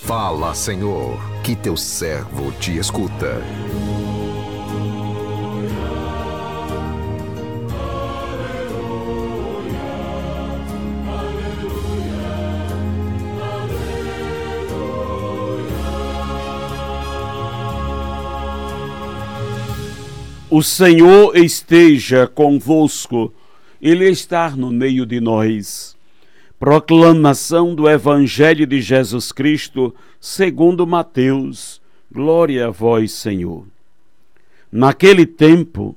Fala, Senhor, que teu servo te escuta. O Senhor esteja convosco, Ele está no meio de nós. Proclamação do Evangelho de Jesus Cristo, segundo Mateus. Glória a vós, Senhor. Naquele tempo,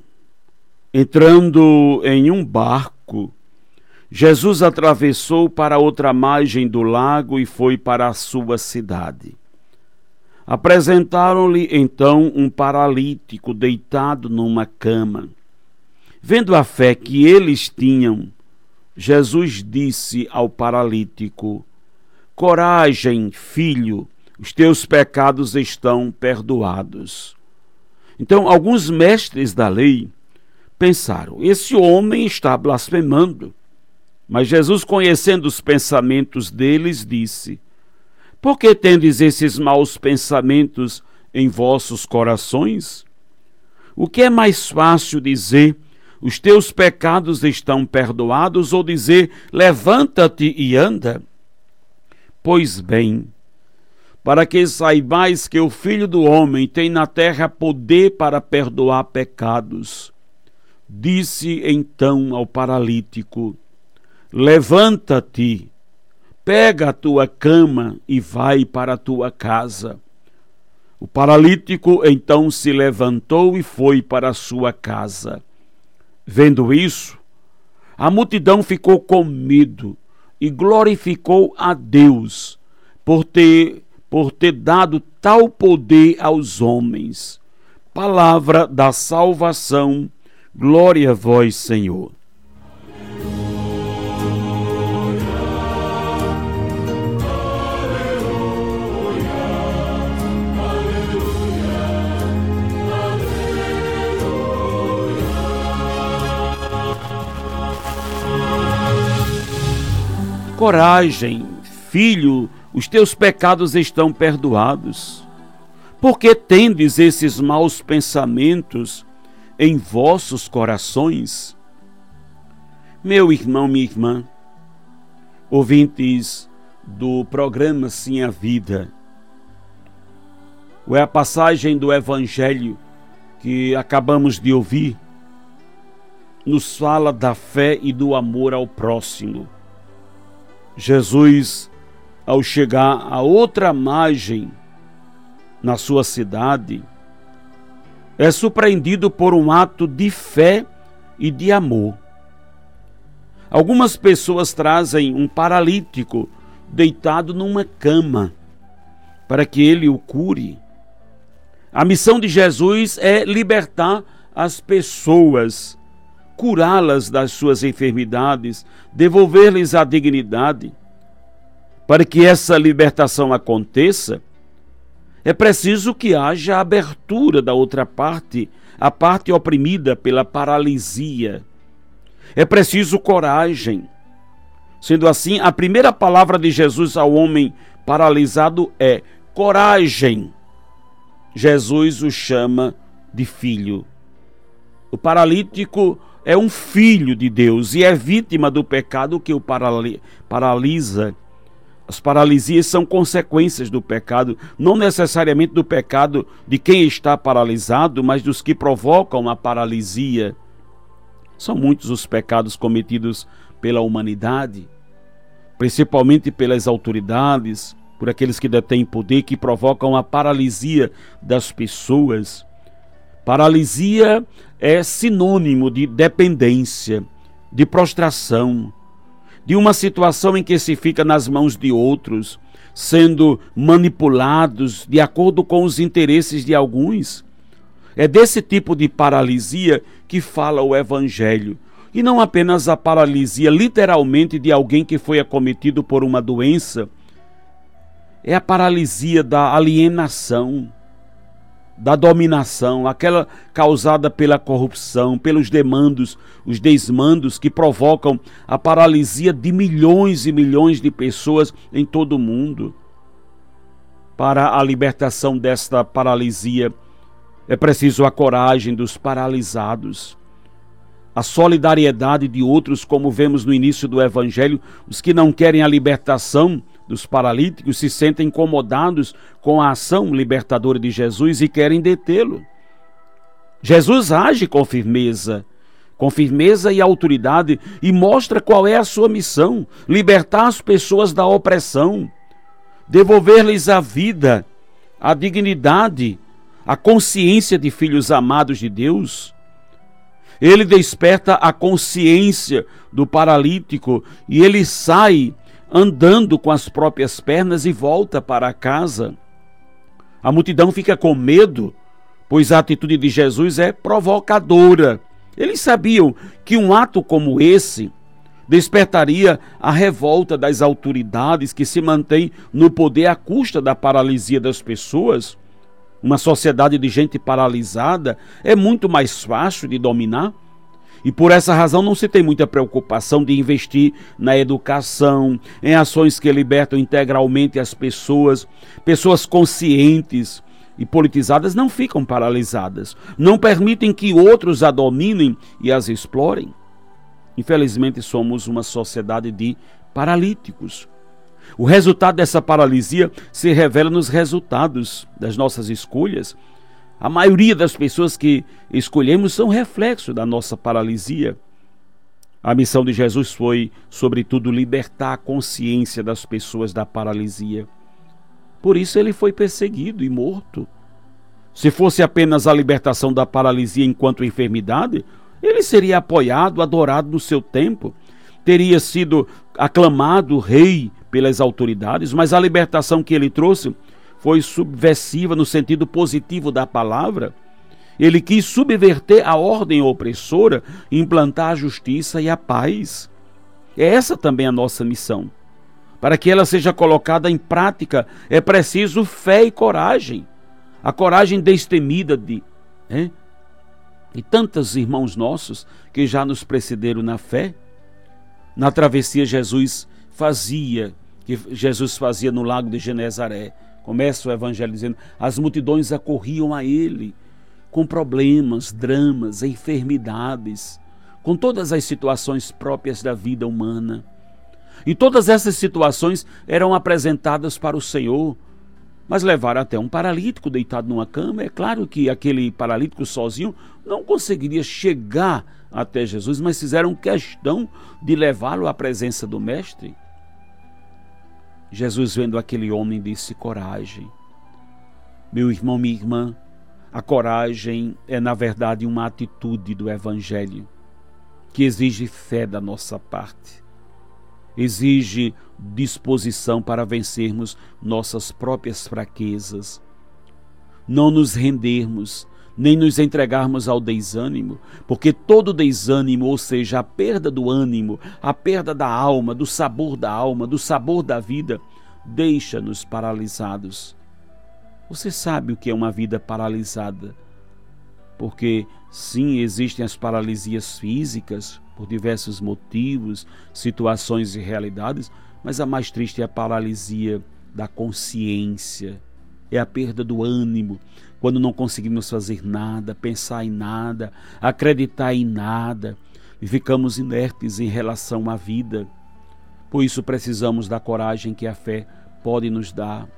entrando em um barco, Jesus atravessou para outra margem do lago e foi para a sua cidade. Apresentaram-lhe então um paralítico deitado numa cama. Vendo a fé que eles tinham, Jesus disse ao paralítico: coragem, filho, os teus pecados estão perdoados. Então, alguns mestres da lei pensaram: esse homem está blasfemando. Mas Jesus, conhecendo os pensamentos deles, disse: por que tendes esses maus pensamentos em vossos corações? O que é mais fácil dizer: os teus pecados estão perdoados, ou dizer: levanta-te e anda? Pois bem, para que saibais que o Filho do Homem tem na terra poder para perdoar pecados, disse então ao paralítico: levanta-te, pega a tua cama e vai para a tua casa. O paralítico então se levantou e foi para a sua casa. Vendo isso, a multidão ficou com medo e glorificou a Deus por ter dado tal poder aos homens. Palavra da salvação, glória a vós, Senhor. Coragem, filho, os teus pecados estão perdoados. Por que tendes esses maus pensamentos em vossos corações? Meu irmão, minha irmã, ouvintes do programa Sim a Vida, é a passagem do Evangelho que acabamos de ouvir, nos fala da fé e do amor ao próximo. Jesus, ao chegar a outra margem na sua cidade, é surpreendido por um ato de fé e de amor. Algumas pessoas trazem um paralítico deitado numa cama para que ele o cure. A missão de Jesus é libertar as pessoas, curá-las das suas enfermidades, devolver-lhes a dignidade. Para que essa libertação aconteça, é preciso que haja abertura da outra parte, a parte oprimida pela paralisia. É preciso coragem. Sendo assim, a primeira palavra de Jesus ao homem paralisado é coragem. Jesus o chama de filho. O paralítico é um filho de Deus e é vítima do pecado que o paralisa. As paralisias são consequências do pecado, não necessariamente do pecado de quem está paralisado, mas dos que provocam a paralisia. São muitos os pecados cometidos pela humanidade, principalmente pelas autoridades, por aqueles que detêm poder, que provocam a paralisia das pessoas. Paralisia é sinônimo de dependência, de prostração, de uma situação em que se fica nas mãos de outros, sendo manipulados de acordo com os interesses de alguns. É desse tipo de paralisia que fala o Evangelho, e não apenas a paralisia literalmente de alguém que foi acometido por uma doença. É a paralisia da alienação, da dominação, aquela causada pela corrupção, pelos demandos, os desmandos que provocam a paralisia de milhões e milhões de pessoas em todo o mundo. para a libertação desta paralisia. É preciso a coragem dos paralisados, a solidariedade de outros, como vemos no início do Evangelho. Os que não querem a libertação dos paralíticos se sentem incomodados com a ação libertadora de Jesus e querem detê-lo. Jesus age com firmeza e autoridade, e mostra qual é a sua missão: libertar as pessoas da opressão, devolver-lhes a vida, a dignidade, a consciência de filhos amados de Deus. Ele desperta a consciência do paralítico e ele sai andando com as próprias pernas e volta para casa. A multidão fica com medo, pois a atitude de Jesus é provocadora. Eles sabiam que um ato como esse despertaria a revolta das autoridades que se mantêm no poder à custa da paralisia das pessoas. Uma sociedade de gente paralisada é muito mais fácil de dominar, e por essa razão não se tem muita preocupação de investir na educação, em ações que libertam integralmente as pessoas. Pessoas conscientes e politizadas não ficam paralisadas, não permitem que outros a dominem e as explorem. Infelizmente somos uma sociedade de paralíticos. O resultado dessa paralisia se revela nos resultados das nossas escolhas. A maioria das pessoas que escolhemos são reflexo da nossa paralisia. A missão de Jesus foi, sobretudo, libertar a consciência das pessoas da paralisia. Por isso ele foi perseguido e morto. Se fosse apenas a libertação da paralisia enquanto enfermidade, ele seria apoiado, adorado no seu tempo, teria sido aclamado rei pelas autoridades, mas a libertação que ele trouxe foi subversiva no sentido positivo da palavra. Ele quis subverter a ordem opressora e implantar a justiça e a paz. É essa também a nossa missão. Para que ela seja colocada em prática, é preciso fé e coragem. A coragem destemida de tantos irmãos nossos que já nos precederam na fé. Na travessia que Jesus fazia no lago de Genezaré. Começa o Evangelho dizendo: as multidões acorriam a ele com problemas, dramas, enfermidades, com todas as situações próprias da vida humana. E todas essas situações eram apresentadas para o Senhor, mas levaram até um paralítico deitado numa cama. É claro que aquele paralítico sozinho não conseguiria chegar até Jesus, mas fizeram questão de levá-lo à presença do Mestre. Jesus, vendo aquele homem, disse: coragem. Meu irmão, minha irmã, a coragem é, na verdade, uma atitude do Evangelho que exige fé da nossa parte, exige disposição para vencermos nossas próprias fraquezas, não nos rendermos, nem nos entregarmos ao desânimo, porque todo desânimo, ou seja, a perda do ânimo, a perda da alma, do sabor da vida, deixa-nos paralisados. Você sabe o que é uma vida paralisada? Porque sim, existem as paralisias físicas, por diversos motivos, situações e realidades, mas a mais triste é a paralisia da consciência, é a perda do ânimo, quando não conseguimos fazer nada, pensar em nada, acreditar em nada, e ficamos inertes em relação à vida. Por isso precisamos da coragem que a fé pode nos dar,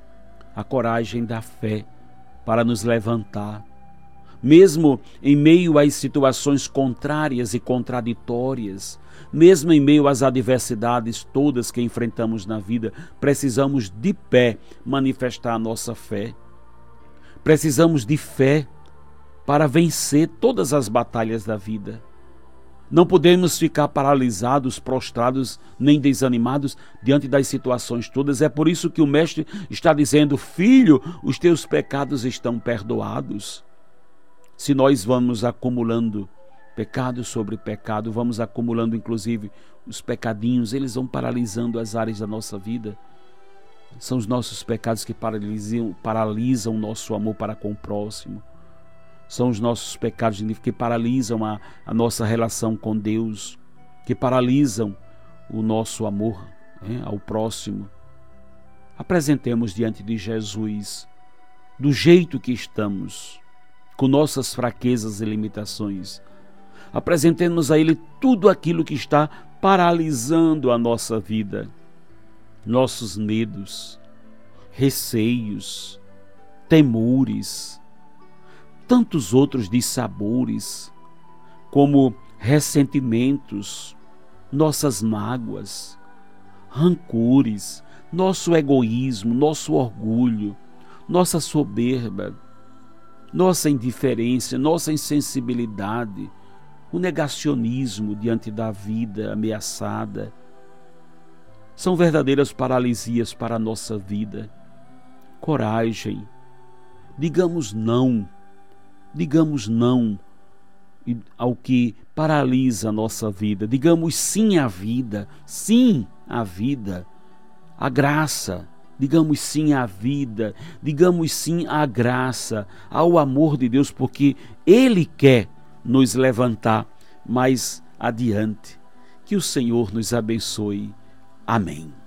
a coragem da fé para nos levantar, mesmo em meio às situações contrárias e contraditórias, mesmo em meio às adversidades todas que enfrentamos na vida, precisamos de pé manifestar a nossa fé. Precisamos de fé para vencer todas as batalhas da vida. Não podemos ficar paralisados, prostrados, nem desanimados diante das situações todas. É por isso que o Mestre está dizendo: filho, os teus pecados estão perdoados. Se nós vamos acumulando pecado sobre pecado, vamos acumulando inclusive os pecadinhos, eles vão paralisando as áreas da nossa vida. São os nossos pecados que paralisam o nosso amor para com o próximo. São os nossos pecados que paralisam a nossa relação com Deus, que paralisam o nosso amor ao próximo. apresentemos diante de Jesus, do jeito que estamos, com nossas fraquezas e limitações. Apresentemos a Ele tudo aquilo que está paralisando a nossa vida, nossos medos, receios, temores, tantos outros dissabores, como ressentimentos, nossas mágoas, rancores, nosso egoísmo, nosso orgulho, nossa soberba, nossa indiferença, nossa insensibilidade, o negacionismo diante da vida ameaçada. São verdadeiras paralisias para a nossa vida. Coragem. Digamos não ao que paralisa a nossa vida. Digamos sim à vida, à graça. Digamos sim à vida, digamos sim à graça, ao amor de Deus, porque Ele quer nos levantar mais adiante. Que o Senhor nos abençoe. Amém.